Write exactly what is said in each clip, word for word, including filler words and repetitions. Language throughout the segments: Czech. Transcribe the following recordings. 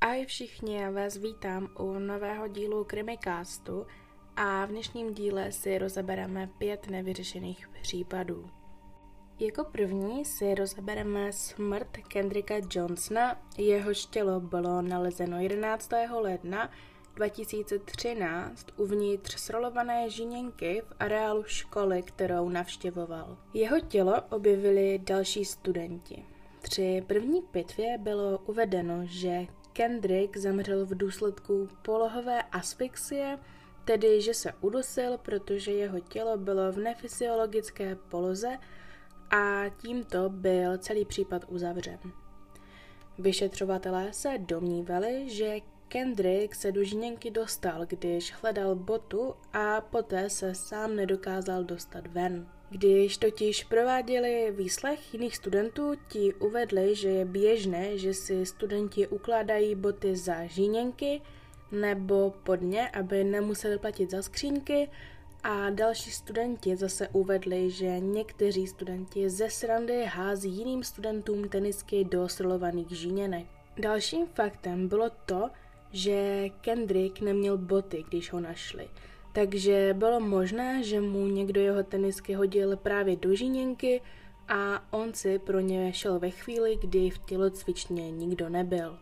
Ahoj všichni, já vás vítám u nového dílu Krimicastu a v dnešním díle si rozebereme pět nevyřešených případů. Jako první si rozebereme smrt Kendricka Johnsona, jehož tělo bylo nalezeno jedenáctého ledna dva tisíce třináct uvnitř srolované žíněnky v areálu školy, kterou navštěvoval. Jeho tělo objevili další studenti. Při první pitvě bylo uvedeno, že Kendrick zemřel v důsledku polohové asfixie, tedy že se udusil, protože jeho tělo bylo v nefysiologické poloze a tímto byl celý případ uzavřen. Vyšetřovatelé se domnívali, že Kendrick se do žíněnky dostal, když hledal botu a poté se sám nedokázal dostat ven. Když totiž prováděli výslech jiných studentů, ti uvedli, že je běžné, že si studenti ukládají boty za žíněnky nebo pod ně, aby nemuseli platit za skřínky, a další studenti zase uvedli, že někteří studenti ze srandy hází jiným studentům tenisky do srolovaných žíněnek. Dalším faktem bylo to, že Kendrick neměl boty, když ho našli. Takže bylo možné, že mu někdo jeho tenisky hodil právě do žíněnky a on si pro ně šel ve chvíli, kdy v tělocvičně nikdo nebyl.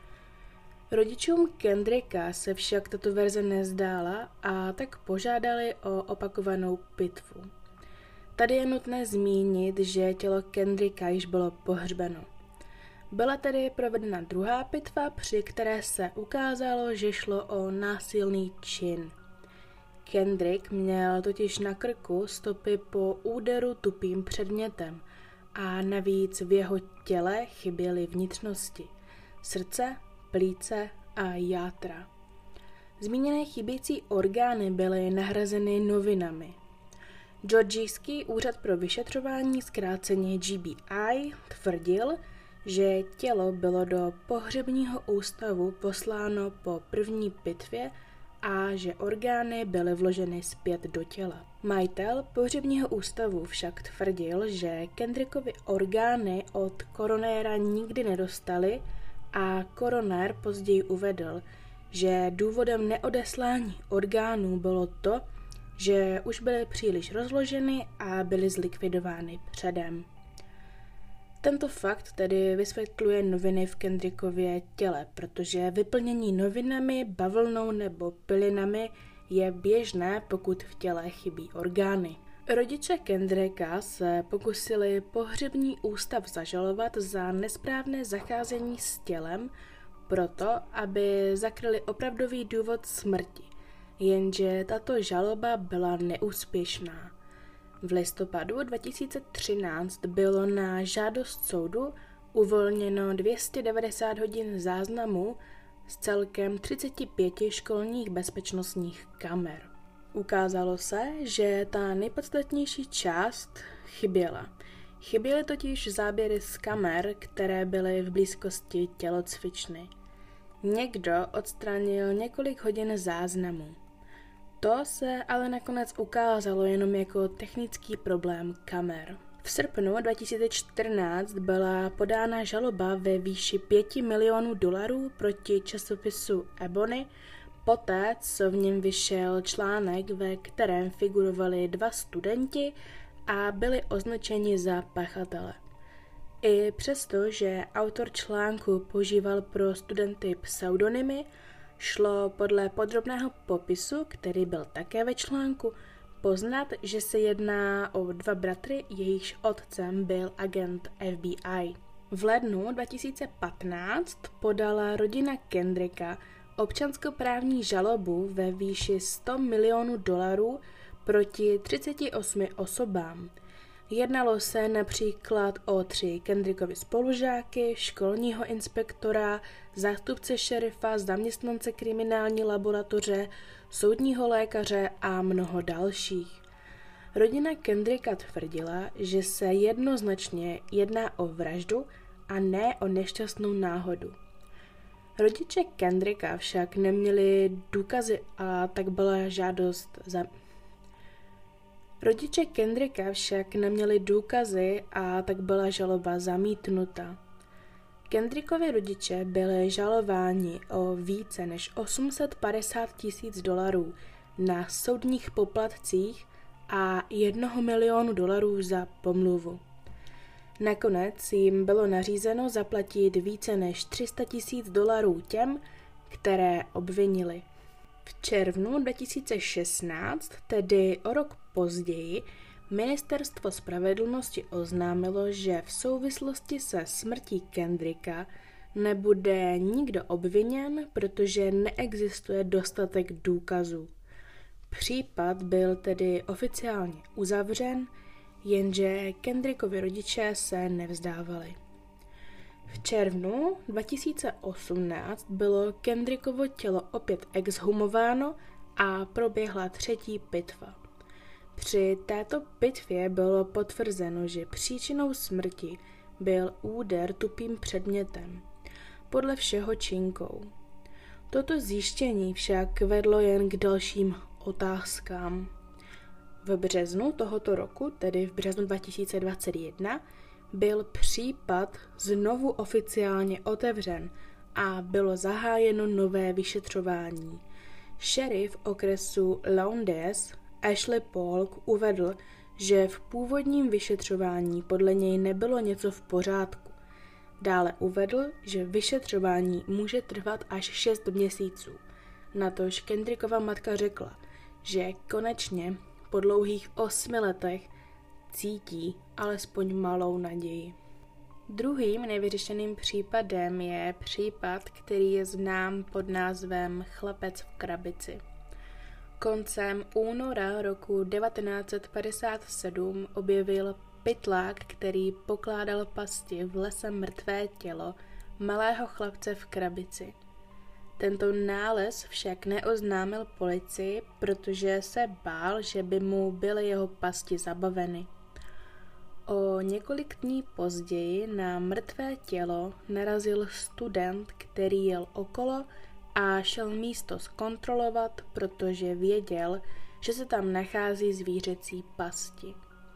Rodičům Kendricka se však tato verze nezdála a tak požádali o opakovanou pitvu. Tady je nutné zmínit, že tělo Kendricka již bylo pohřbeno. Byla tedy provedena druhá pitva, při které se ukázalo, že šlo o násilný čin. Kendrick měl totiž na krku stopy po úderu tupým předmětem a navíc v jeho těle chyběly vnitřnosti, srdce, plíce a játra. Zmíněné chybějící orgány byly nahrazeny novinami. Georgijský úřad pro vyšetřování, zkráceně G B I, tvrdil, že tělo bylo do pohřebního ústavu posláno po první pitvě a že orgány byly vloženy zpět do těla. Majitel pohřebního ústavu však tvrdil, že Kendrickovy orgány od koronéra nikdy nedostali a koronér později uvedl, že důvodem neodeslání orgánů bylo to, že už byly příliš rozloženy a byly zlikvidovány předem. Tento fakt tedy vysvětluje noviny v Kendrickově těle, protože vyplnění novinami, bavlnou nebo pilinami je běžné, pokud v těle chybí orgány. Rodiče Kendricka se pokusili pohřební ústav zažalovat za nesprávné zacházení s tělem, proto aby zakryli opravdový důvod smrti, jenže tato žaloba byla neúspěšná. V listopadu dva tisíce třináct bylo na žádost soudu uvolněno dvě stě devadesát hodin záznamů z celkem třiceti pěti školních bezpečnostních kamer. Ukázalo se, že ta nejpodstatnější část chyběla. Chyběly totiž záběry z kamer, které byly v blízkosti tělocvičny. Někdo odstranil několik hodin záznamů. To se ale nakonec ukázalo jenom jako technický problém kamer. V srpnu dva tisíce čtrnáct byla podána žaloba ve výši pěti milionů dolarů proti časopisu Ebony, poté, co v něm vyšel článek, ve kterém figurovali dva studenti a byli označeni za pachatele. I přesto, že autor článku používal pro studenty pseudonymy, šlo podle podrobného popisu, který byl také ve článku, poznat, že se jedná o dva bratry, jejichž otcem byl agent F B I. V lednu dva tisíce patnáct podala rodina Kendricka občanskoprávní žalobu ve výši sto milionů dolarů proti třiceti osmi osobám. Jednalo se například o tři Kendrickovy spolužáky, školního inspektora, zástupce šerifa, zaměstnance kriminální laboratoře, soudního lékaře a mnoho dalších. Rodina Kendricka tvrdila, že se jednoznačně jedná o vraždu a ne o nešťastnou náhodu. Rodiče Kendricka však neměli důkazy a tak byla žádost za... Rodiče Kendricka však neměli důkazy a tak byla žaloba zamítnuta. Kendrickovi rodiče byli žalováni o více než osm set padesát tisíc dolarů na soudních poplatcích a jednoho milionu dolarů za pomluvu. Nakonec jim bylo nařízeno zaplatit více než tři sta tisíc dolarů těm, které obvinili. V červnu dva tisíce šestnáct, tedy o rok později, Ministerstvo spravedlnosti oznámilo, že v souvislosti se smrtí Kendricka nebude nikdo obviněn, protože neexistuje dostatek důkazů. Případ byl tedy oficiálně uzavřen, jenže Kendrickovi rodiče se nevzdávali. V červnu dva tisíce osmnáct bylo Kendrickovo tělo opět exhumováno a proběhla třetí pitva. Při této pitvě bylo potvrzeno, že příčinou smrti byl úder tupým předmětem, podle všeho činkou. Toto zjištění však vedlo jen k dalším otázkám. V březnu tohoto roku, tedy v březnu dva tisíce dvacet jedna, byl případ znovu oficiálně otevřen a bylo zahájeno nové vyšetřování. Šerif okresu Lowndes Ashley Polk uvedl, že v původním vyšetřování podle něj nebylo něco v pořádku. Dále uvedl, že vyšetřování může trvat až šest měsíců. Natož Kendrickova matka řekla, že konečně po dlouhých osmi letech cítí alespoň malou naději. Druhým nevyřešeným případem je případ, který je znám pod názvem Chlapec v krabici. Koncem února roku devatenáct set padesát sedm objevil pytlák, který pokládal pasti v lese mrtvé tělo malého chlapce v krabici. Tento nález však neoznámil policii, protože se bál, že by mu byly jeho pasti zabaveny. O několik dní později na mrtvé tělo narazil student, který jel okolo a šel místo zkontrolovat, protože věděl, že se tam nachází zvířecí pasti.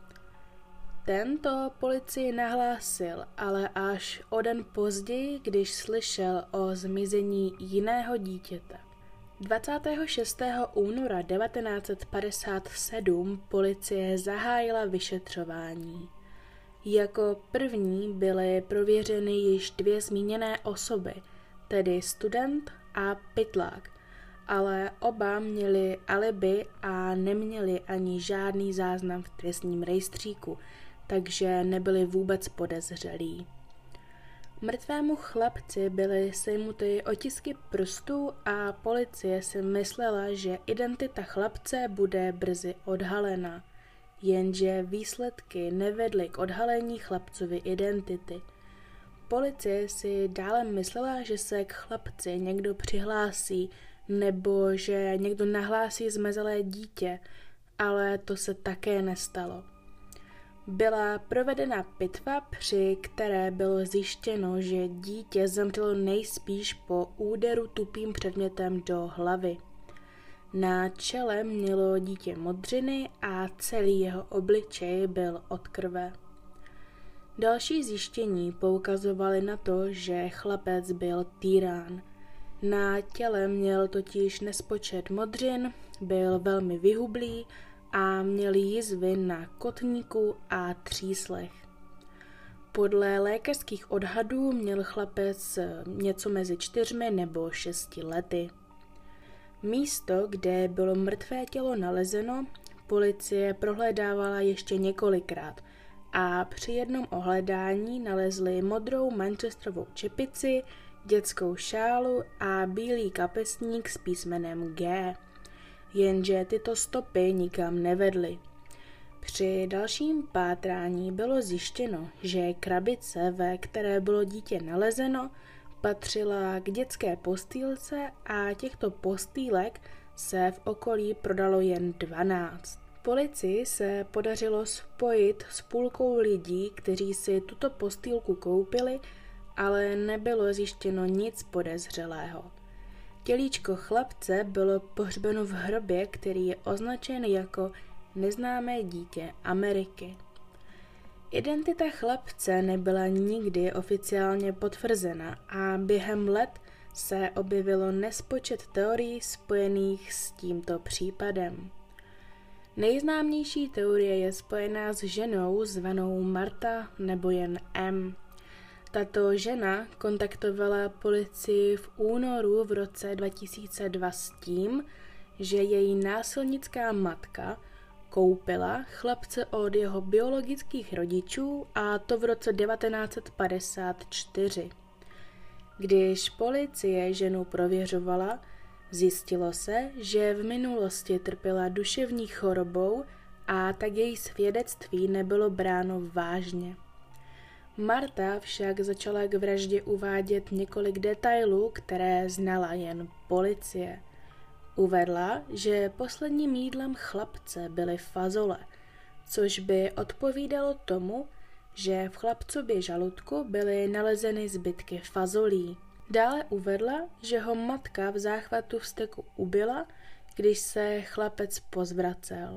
Tento policii nahlásil, ale až o den později, když slyšel o zmizení jiného dítěte. dvacátého šestého února devatenáct set padesát sedm policie zahájila vyšetřování. Jako první byly prověřeny již dvě zmíněné osoby, tedy student a pytlák, ale oba měli alibi a neměli ani žádný záznam v trestním rejstříku, takže nebyli vůbec podezřelí. Mrtvému chlapci byly sejmuty otisky prstů a policie si myslela, že identita chlapce bude brzy odhalena, jenže výsledky nevedly k odhalení chlapcovy identity. Policie si dále myslela, že se k chlapci někdo přihlásí nebo že někdo nahlásí zmizelé dítě, ale to se také nestalo. Byla provedena pitva, při které bylo zjištěno, že dítě zemřelo nejspíš po úderu tupým předmětem do hlavy. Na čele mělo dítě modřiny a celý jeho obličej byl od krve. Další zjištění poukazovaly na to, že chlapec byl týrán. Na těle měl totiž nespočet modřin, byl velmi vyhublý a měl jizvy na kotníku a tříslech. Podle lékařských odhadů měl chlapec něco mezi čtyřmi nebo šesti lety. Místo, kde bylo mrtvé tělo nalezeno, policie prohledávala ještě několikrát a při jednom ohledání nalezli modrou manchesterovou čepici, dětskou šálu a bílý kapesník s písmenem G. Jenže tyto stopy nikam nevedly. Při dalším pátrání bylo zjištěno, že krabice, ve které bylo dítě nalezeno, patřila k dětské postýlce a těchto postýlek se v okolí prodalo jen dvanáct. Policii se podařilo spojit s půlkou lidí, kteří si tuto postýlku koupili, ale nebylo zjištěno nic podezřelého. Tělíčko chlapce bylo pohřbeno v hrobě, který je označen jako neznámé dítě Ameriky. Identita chlapce nebyla nikdy oficiálně potvrzena a během let se objevilo nespočet teorií spojených s tímto případem. Nejznámější teorie je spojená s ženou zvanou Marta nebo jen M. Tato žena kontaktovala policii v únoru v roce dva tisíce dva s tím, že její násilnická matka koupila chlapce od jeho biologických rodičů, a to v roce devatenáct set padesát čtyři. Když policie ženu prověřovala, zjistilo se, že v minulosti trpěla duševní chorobou, a tak její svědectví nebylo bráno vážně. Marta však začala k vraždě uvádět několik detailů, které znala jen policie. Uvedla, že posledním jídlem chlapce byly fazole, což by odpovídalo tomu, že v chlapcově žaludku byly nalezeny zbytky fazolí. Dále uvedla, že ho matka v záchvatu vzteku ubila, když se chlapec pozvracel.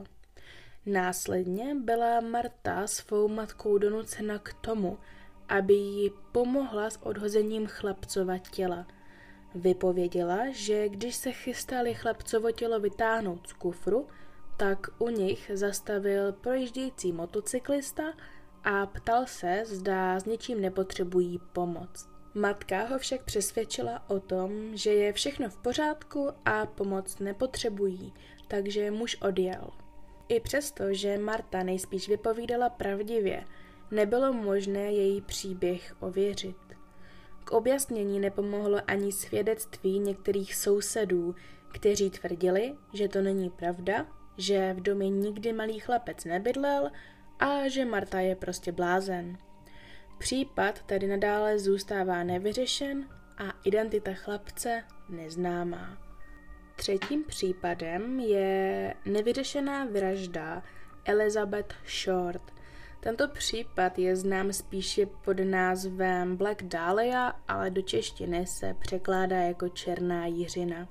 Následně byla Marta svou matkou donucena k tomu, aby jí pomohla s odhozením chlapcova těla. Vypověděla, že když se chystali chlapcovo tělo vytáhnout z kufru, tak u nich zastavil projíždějící motocyklista a ptal se, zda s něčím nepotřebují pomoc. Matka ho však přesvědčila o tom, že je všechno v pořádku a pomoc nepotřebují, takže muž odjel. I přesto, že Marta nejspíš vypovídala pravdivě, nebylo možné její příběh ověřit. K objasnění nepomohlo ani svědectví některých sousedů, kteří tvrdili, že to není pravda, že v domě nikdy malý chlapec nebydlel a že Marta je prostě blázen. Případ tedy nadále zůstává nevyřešen a identita chlapce neznámá. Třetím případem je nevyřešená vražda Elizabeth Short. Tento případ je znám spíše pod názvem Black Dahlia, ale do češtiny se překládá jako Černá jiřina.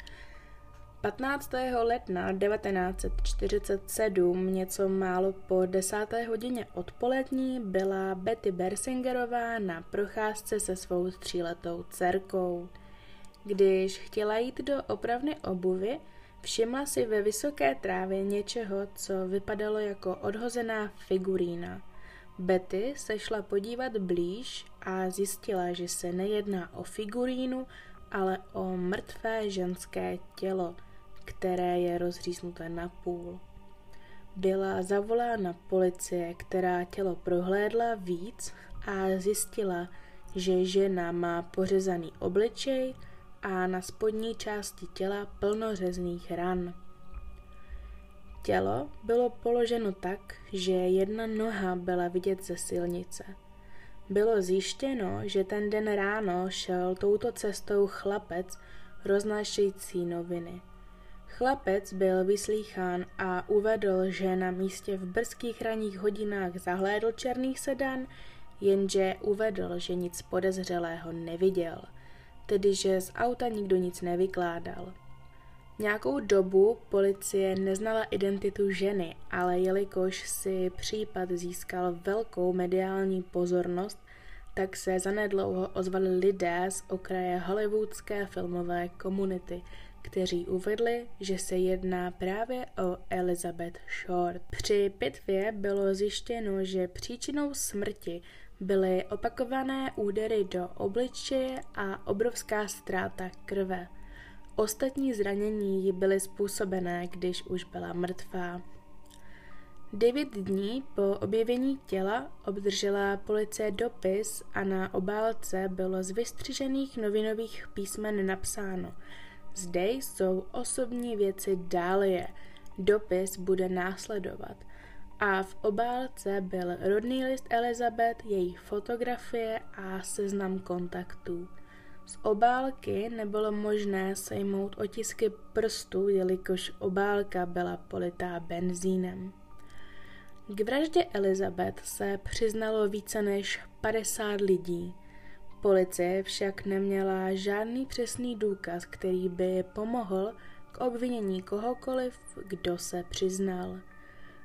patnáctého ledna devatenáct set čtyřicet sedm, něco málo po desáté hodině odpolední, byla Betty Bersingerová na procházce se svou tříletou dcerkou. Když chtěla jít do opravny obuvy, všimla si ve vysoké trávě něčeho, co vypadalo jako odhozená figurína. Betty se šla podívat blíž a zjistila, že se nejedná o figurínu, ale o mrtvé ženské tělo, které je rozříznuté na půl. Byla zavolána policie, která tělo prohlédla víc a zjistila, že žena má pořezaný obličej a na spodní části těla plno řezných ran. Tělo bylo položeno tak, že jedna noha byla vidět ze silnice. Bylo zjištěno, že ten den ráno šel touto cestou chlapec roznášející noviny. Chlapec byl vyslýchán a uvedl, že na místě v brzkých ranních hodinách zahlédl černý sedan, jenže uvedl, že nic podezřelého neviděl, tedy že z auta nikdo nic nevykládal. Nějakou dobu policie neznala identitu ženy, ale jelikož si případ získal velkou mediální pozornost, tak se zanedlouho ozvali lidé z okraje hollywoodské filmové komunity, kteří uvedli, že se jedná právě o Elizabeth Short. Při pitvě bylo zjištěno, že příčinou smrti byly opakované údery do obličeje a obrovská ztráta krve. Ostatní zranění jí byly způsobené, když už byla mrtvá. Devět dní po objevení těla obdržela policie dopis a na obálce bylo z vystřižených novinových písmen napsáno: Zde jsou osobní věci Dahlie, dopis bude následovat. A v obálce byl rodný list Elizabeth, její fotografie a seznam kontaktů. Z obálky nebylo možné sejmout otisky prstů, jelikož obálka byla politá benzínem. K vraždě Elizabeth se přiznalo více než padesát lidí. Policie však neměla žádný přesný důkaz, který by pomohl k obvinění kohokoliv, kdo se přiznal.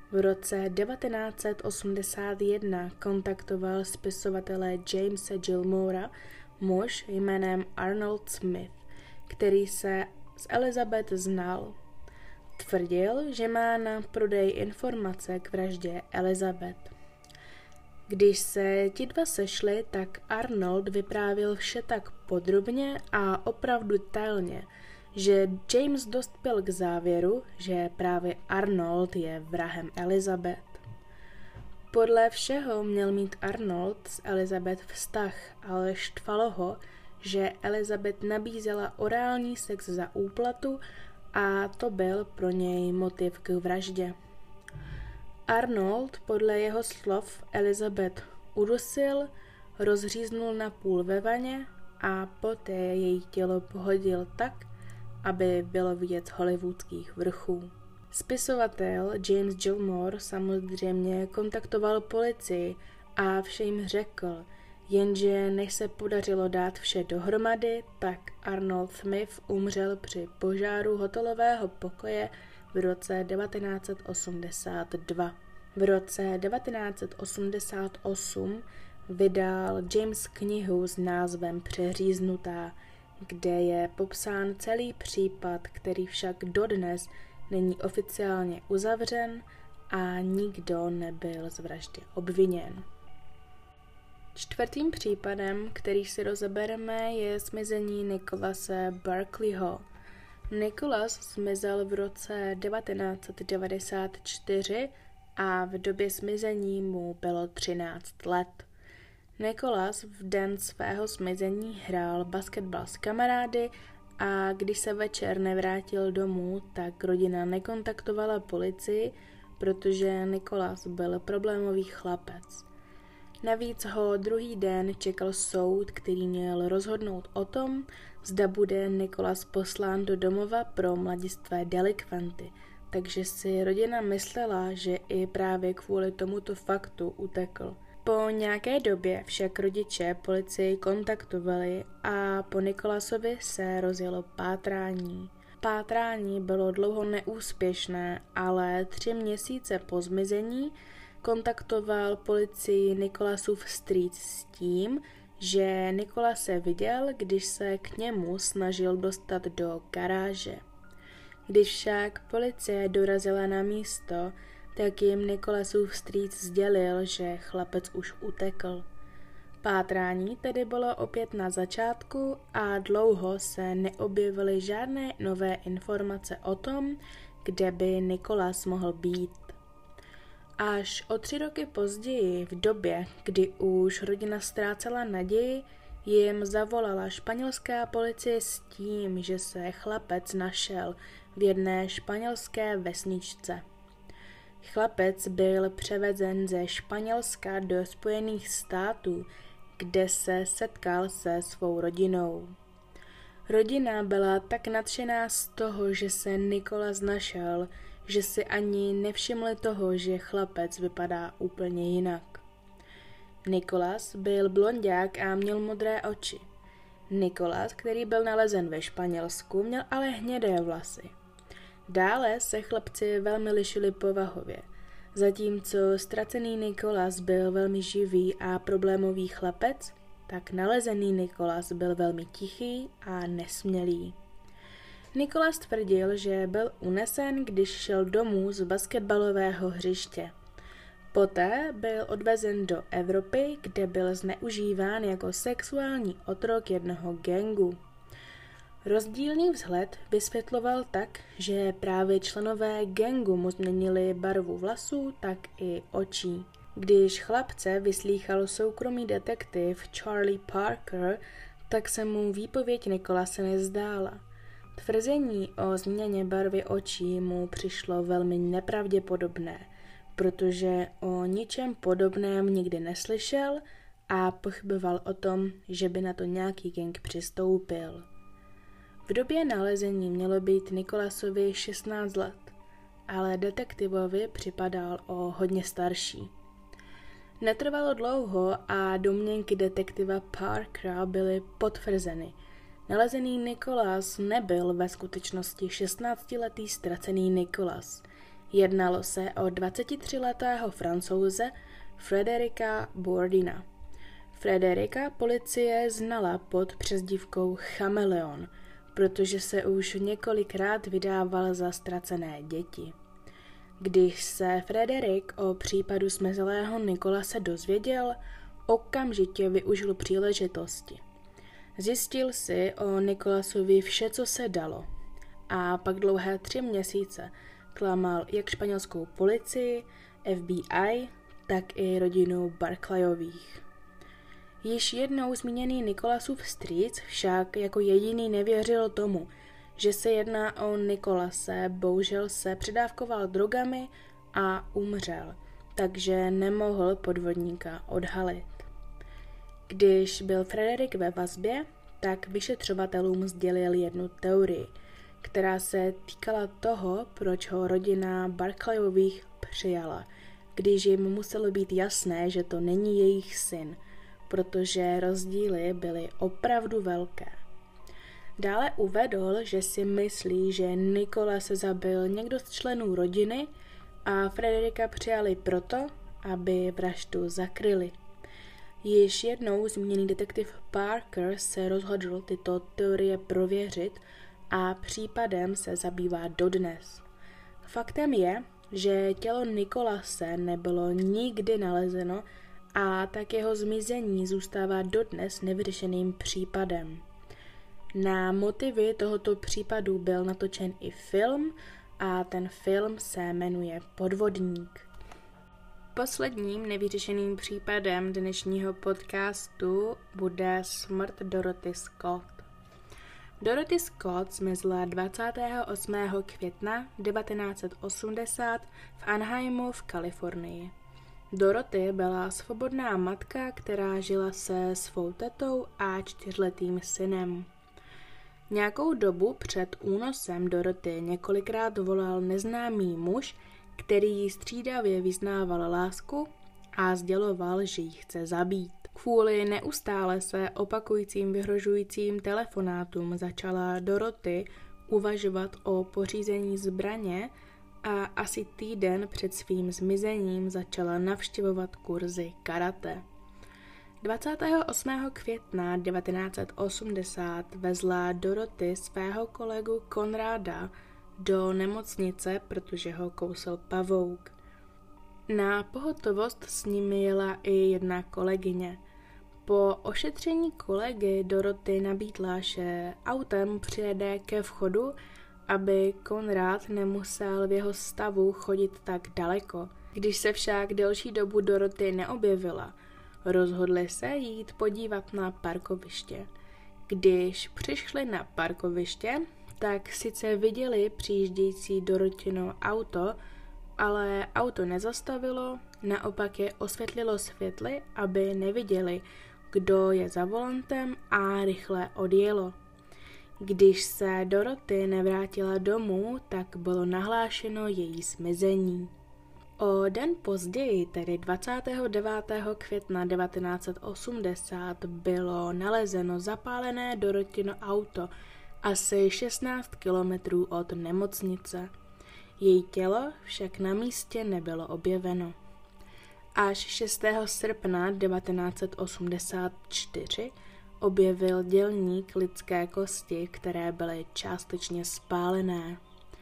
V roce devatenáct set osmdesát jedna kontaktoval spisovatele Jamese Gilmora muž jménem Arnold Smith, který se s Elizabeth znal. Tvrdil, že má na prodej informace k vraždě Elizabeth. Když se ti dva sešli, tak Arnold vyprávěl vše tak podrobně a opravdu detailně, že James dospěl k závěru, že právě Arnold je vrahem Elizabeth. Podle všeho měl mít Arnold s Elizabeth vztah, ale štvalo ho, že Elizabeth nabízela orální sex za úplatu a to byl pro něj motiv k vraždě. Arnold podle jeho slov Elizabeth udusil, rozříznul na půl ve vaně a poté její tělo pohodil tak, aby bylo vidět z hollywoodských vrchů. Spisovatel James Gilmore samozřejmě kontaktoval policii a vše jim řekl, jenže než se podařilo dát vše dohromady, tak Arnold Smith umřel při požáru hotelového pokoje v roce devatenáct set osmdesát dva. V roce devatenáct set osmdesát osm vydal James knihu s názvem Přeříznutá, kde je popsán celý případ, který však dodnes není oficiálně uzavřen a nikdo nebyl z vraždy obviněn. Čtvrtým případem, který si rozebereme, je zmizení Nicholase Berkeleyho. Nicholas zmizel v roce devatenáct set devadesát čtyři a v době zmizení mu bylo třináct let. Nicholas v den svého zmizení hrál basketbal s kamarády a když se večer nevrátil domů, tak rodina nekontaktovala policii, protože Nicholas byl problémový chlapec. Navíc ho druhý den čekal soud, který měl rozhodnout o tom, zda bude Nicholas poslán do domova pro mladistvé delikventy, takže si rodina myslela, že i právě kvůli tomuto faktu utekl. Po nějaké době však rodiče policii kontaktovali a po Nicholasovi se rozjelo pátrání. Pátrání bylo dlouho neúspěšné, ale tři měsíce po zmizení kontaktoval policii Nicholasův strýc s tím, že Nicholase viděl, když se k němu snažil dostat do garáže. Když však policie dorazila na místo, tak jim Nicholasův strýc sdělil, že chlapec už utekl. Pátrání tedy bylo opět na začátku a dlouho se neobjevily žádné nové informace o tom, kde by Nicholas mohl být. Až o tři roky později, v době, kdy už rodina ztrácela naději, jim zavolala španělská policie s tím, že se chlapec našel v jedné španělské vesničce. Chlapec byl převezen ze Španělska do Spojených států, kde se setkal se svou rodinou. Rodina byla tak nadšená z toho, že se Nicholas našel, že si ani nevšimli toho, že chlapec vypadá úplně jinak. Nicholas byl blonďák a měl modré oči. Nicholas, který byl nalezen ve Španělsku, měl ale hnědé vlasy. Dále se chlapci velmi lišili povahově. Zatímco ztracený Nicholas byl velmi živý a problémový chlapec, tak nalezený Nicholas byl velmi tichý a nesmělý. Nicholas tvrdil, že byl unesen, když šel domů z basketbalového hřiště. Poté byl odvezen do Evropy, kde byl zneužíván jako sexuální otrok jednoho gangu. Rozdílný vzhled vysvětloval tak, že právě členové gangu mu změnili barvu vlasů, tak i očí. Když chlapce vyslýchal soukromý detektiv Charlie Parker, tak se mu výpověď Nicholase nezdála. Tvrzení o změně barvy očí mu přišlo velmi nepravděpodobné, protože o ničem podobném nikdy neslyšel a pochyboval o tom, že by na to nějaký gang přistoupil. V době nalezení mělo být Nicholasovi šestnáct let, ale detektivovi připadal o hodně starší. Netrvalo dlouho a domněnky detektiva Parkera byly potvrzeny. Nalezený Nicholas nebyl ve skutečnosti šestnáctiletý ztracený Nicholas. Jednalo se o dvacetitříletého Francouze Frederika Bourdina. Frederika policie znala pod přezdívkou Chameleon, protože se už několikrát vydával za ztracené děti. Když se Frederik o případu zmizelého Nicolase dozvěděl, okamžitě využil příležitosti. Zjistil si o Nicolasovi vše, co se dalo, a pak dlouhé tři měsíce klamal jak španělskou policii, F B I, tak i rodinu Barclayových. Již jednou zmíněný Nicolasův strýc však jako jediný nevěřil tomu, že se jedná o Nicolase, bohužel se předávkoval drogami a umřel, takže nemohl podvodníka odhalit. Když byl Frederik ve vazbě, tak vyšetřovatelům sdělil jednu teorii, která se týkala toho, proč ho rodina Barclayových přijala, když jim muselo být jasné, že to není jejich syn, protože rozdíly byly opravdu velké. Dále uvedl, že si myslí, že Nicolas zabil někdo z členů rodiny a Frederika přijali proto, aby vraždu zakryli. Již jednou zmíněný detektiv Parker se rozhodl tyto teorie prověřit a případem se zabývá dodnes. Faktem je, že tělo Nicolase nebylo nikdy nalezeno a tak jeho zmizení zůstává dodnes nevyřešeným případem. Na motivy tohoto případu byl natočen i film a ten film se jmenuje Podvodník. Posledním nevyřešeným případem dnešního podcastu bude smrt Dorothy Scott. Dorothy Scott zmizela dvacátého osmého května devatenáct set osmdesát v Anaheimu v Kalifornii. Dorothy byla svobodná matka, která žila se svou tetou a čtyřletým synem. Nějakou dobu před únosem Dorothy několikrát volal neznámý muž, který jí střídavě vyznával lásku a sděloval, že ji chce zabít. Kvůli neustále se opakujícím vyhrožujícím telefonátům začala Dorothy uvažovat o pořízení zbraně a asi týden před svým zmizením začala navštěvovat kurzy karate. dvacátého osmého května devatenáct set osmdesát vezla Dorothy svého kolegu Konráda do nemocnice, protože ho kousl pavouk. Na pohotovost s nimi jela i jedna kolegyně. Po ošetření kolegy Dorothy nabídla, že autem přijede ke vchodu, aby Konrád nemusel v jeho stavu chodit tak daleko. Když se však delší dobu Dorothy neobjevila, rozhodli se jít podívat na parkoviště. Když přišli na parkoviště, tak sice viděli přijíždějící Dorothino auto, ale auto nezastavilo, naopak je osvětlilo světly, aby neviděli, kdo je za volantem, a rychle odjelo. Když se Dorothy nevrátila domů, tak bylo nahlášeno její zmizení. O den později, tedy dvacátého devátého května devatenáct set osmdesát, bylo nalezeno zapálené Dorothino auto asi šestnáct kilometrů od nemocnice. Její tělo však na místě nebylo objeveno. Až šestého srpna devatenáct set osmdesát čtyři objevil dělník lidské kosti, které byly částečně spálené.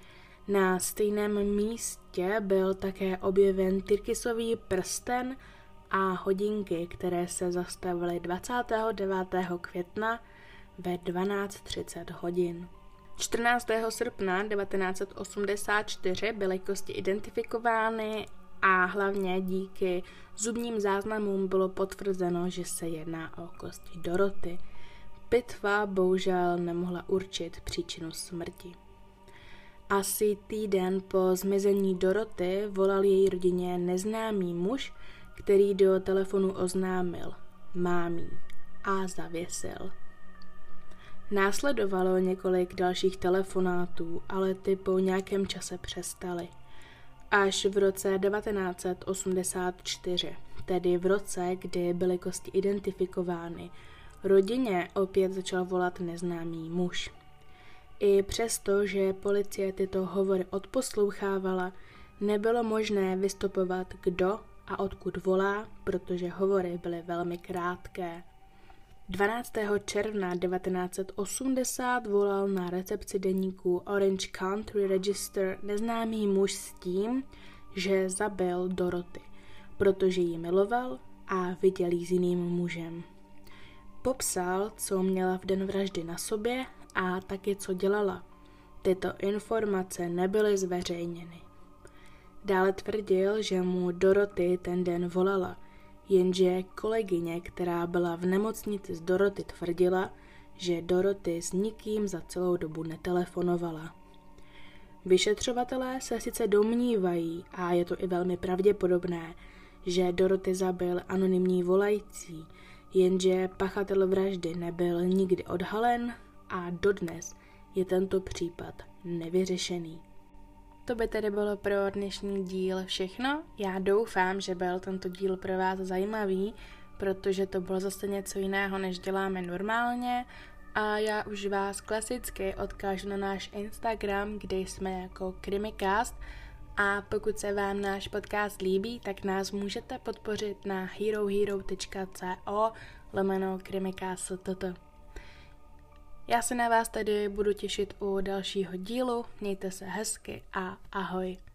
Na stejném místě byl také objeven tyrkysový prsten a hodinky, které se zastavily dvacátého devátého května ve dvanáct třicet hodin. čtrnáctého srpna devatenáct set osmdesát čtyři byly kosti identifikovány a hlavně díky zubním záznamům bylo potvrzeno, že se jedná o kosti Dorothy. Pitva bohužel nemohla určit příčinu smrti. Asi týden po zmizení Dorothy volal její rodině neznámý muž, který do telefonu oznámil mám jí a zavěsil. Následovalo několik dalších telefonátů, ale ty po nějakém čase přestaly. Až v roce devatenáct set osmdesát čtyři, tedy v roce, kdy byly kosti identifikovány, rodině opět začal volat neznámý muž. I přesto, že policie tyto hovory odposlouchávala, Nebylo možné vystupovat, kdo a odkud volá, protože hovory byly velmi krátké. dvanáctého června devatenáct set osmdesát volal na recepci deníku Orange Country Register neznámý muž s tím, že zabil Dorothy, protože ji miloval a viděl ji s jiným mužem. Popsal, co měla v den vraždy na sobě a taky co dělala. Tyto informace nebyly zveřejněny. Dále tvrdil, že mu Dorothy ten den volala, jenže kolegyně, která byla v nemocnici s Dorothy, tvrdila, že Dorothy s nikým za celou dobu netelefonovala. Vyšetřovatelé se sice domnívají, a je to i velmi pravděpodobné, že Dorothy zabil anonymní volající, jenže pachatel vraždy nebyl nikdy odhalen a dodnes je tento případ nevyřešený. To by tedy bylo pro dnešní díl všechno. Já doufám, že byl tento díl pro vás zajímavý, protože to bylo zase něco jiného, než děláme normálně. A já už vás klasicky odkážu na náš Instagram, kde jsme jako Krimicast. A pokud se vám náš podcast líbí, tak nás můžete podpořit na herohero tečka co lomeno Krimicast. Já se na vás tady budu těšit u dalšího dílu, mějte se hezky a ahoj.